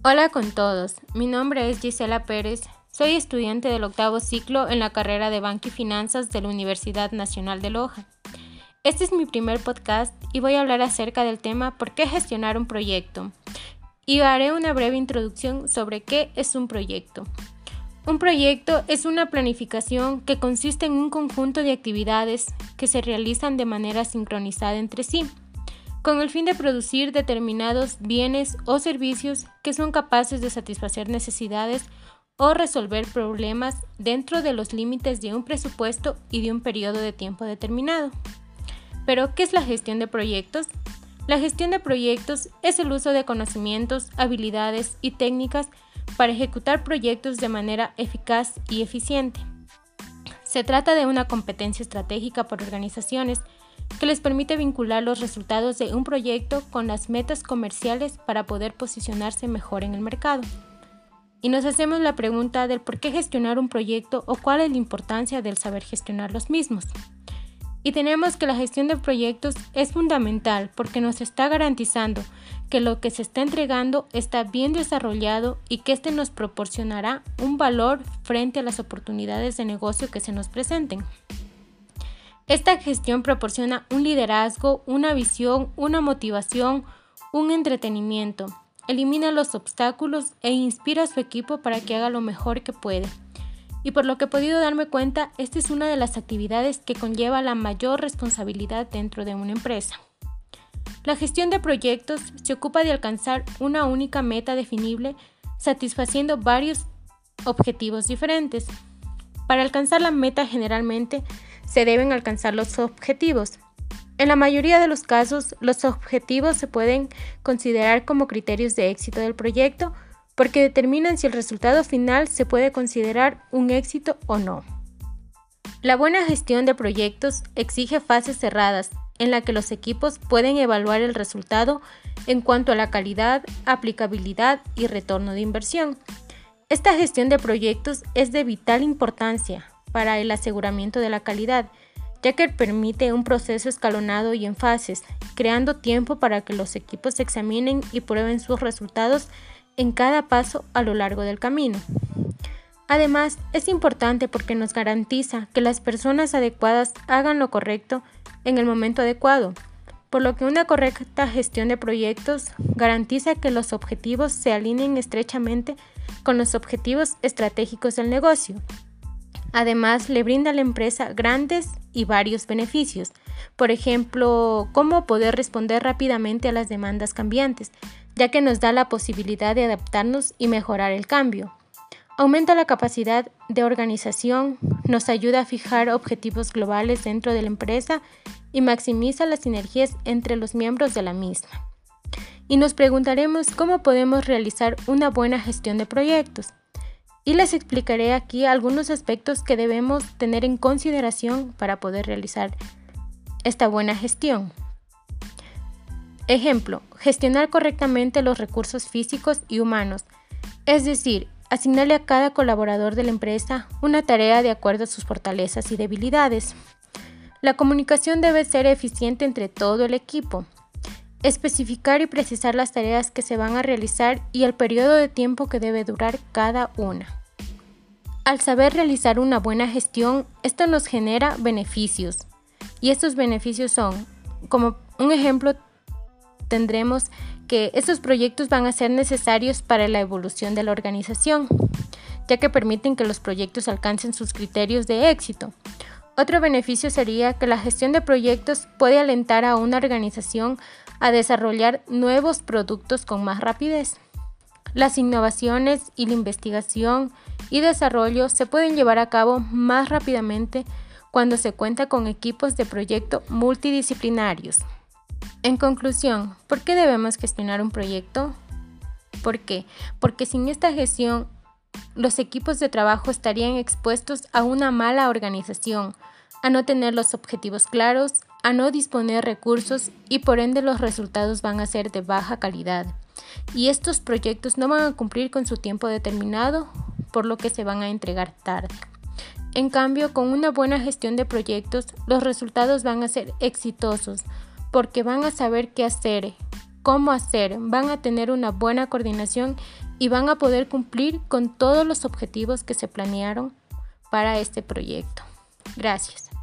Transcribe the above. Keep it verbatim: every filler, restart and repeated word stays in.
Hola con todos, mi nombre es Gisela Pérez, soy estudiante del octavo ciclo en la carrera de Banca y Finanzas de la Universidad Nacional de Loja. Este es mi primer podcast y voy a hablar acerca del tema ¿por qué gestionar un proyecto? Y haré una breve introducción sobre qué es un proyecto. Un proyecto es una planificación que consiste en un conjunto de actividades que se realizan de manera sincronizada entre sí, con el fin de producir determinados bienes o servicios que son capaces de satisfacer necesidades o resolver problemas dentro de los límites de un presupuesto y de un periodo de tiempo determinado. Pero, ¿qué es la gestión de proyectos? La gestión de proyectos es el uso de conocimientos, habilidades y técnicas para ejecutar proyectos de manera eficaz y eficiente. Se trata de una competencia estratégica para organizaciones que les permite vincular los resultados de un proyecto con las metas comerciales para poder posicionarse mejor en el mercado. Y nos hacemos la pregunta del por qué gestionar un proyecto o cuál es la importancia del saber gestionar los mismos. Y tenemos que la gestión de proyectos es fundamental porque nos está garantizando que lo que se está entregando está bien desarrollado y que éste nos proporcionará un valor frente a las oportunidades de negocio que se nos presenten. Esta gestión proporciona un liderazgo, una visión, una motivación, un entretenimiento, elimina los obstáculos e inspira a su equipo para que haga lo mejor que puede. Y por lo que he podido darme cuenta, esta es una de las actividades que conlleva la mayor responsabilidad dentro de una empresa. La gestión de proyectos se ocupa de alcanzar una única meta definible, satisfaciendo varios objetivos diferentes. Para alcanzar la meta generalmente se deben alcanzar los objetivos. En la mayoría de los casos, los objetivos se pueden considerar como criterios de éxito del proyecto porque determinan si el resultado final se puede considerar un éxito o no. La buena gestión de proyectos exige fases cerradas en la que los equipos pueden evaluar el resultado en cuanto a la calidad, aplicabilidad y retorno de inversión. Esta gestión de proyectos es de vital importancia para el aseguramiento de la calidad, ya que permite un proceso escalonado y en fases, creando tiempo para que los equipos examinen y prueben sus resultados en cada paso a lo largo del camino. Además, es importante porque nos garantiza que las personas adecuadas hagan lo correcto en el momento adecuado, por lo que una correcta gestión de proyectos garantiza que los objetivos se alineen estrechamente con los objetivos estratégicos del negocio. Además, le brinda a la empresa grandes y varios beneficios, por ejemplo, cómo poder responder rápidamente a las demandas cambiantes, ya que nos da la posibilidad de adaptarnos y mejorar el cambio. Aumenta la capacidad de organización, nos ayuda a fijar objetivos globales dentro de la empresa y maximiza las sinergias entre los miembros de la misma. Y nos preguntaremos cómo podemos realizar una buena gestión de proyectos. Y les explicaré aquí algunos aspectos que debemos tener en consideración para poder realizar esta buena gestión. Ejemplo, gestionar correctamente los recursos físicos y humanos, es decir, asignarle a cada colaborador de la empresa una tarea de acuerdo a sus fortalezas y debilidades. La comunicación debe ser eficiente entre todo el equipo. Especificar y precisar las tareas que se van a realizar y el periodo de tiempo que debe durar cada una. Al saber realizar una buena gestión, esto nos genera beneficios. Y estos beneficios son, como un ejemplo, tendremos que estos proyectos van a ser necesarios para la evolución de la organización, ya que permiten que los proyectos alcancen sus criterios de éxito. Otro beneficio sería que la gestión de proyectos puede alentar a una organización a desarrollar nuevos productos con más rapidez. Las innovaciones y la investigación y desarrollo se pueden llevar a cabo más rápidamente cuando se cuenta con equipos de proyecto multidisciplinarios. En conclusión, ¿por qué debemos gestionar un proyecto? ¿Por qué? Porque sin esta gestión, los equipos de trabajo estarían expuestos a una mala organización, a no tener los objetivos claros, a no disponer recursos y por ende los resultados van a ser de baja calidad. Y estos proyectos no van a cumplir con su tiempo determinado, por lo que se van a entregar tarde. En cambio, con una buena gestión de proyectos, los resultados van a ser exitosos, porque van a saber qué hacer, cómo hacer, van a tener una buena coordinación y van a poder cumplir con todos los objetivos que se planearon para este proyecto. Gracias.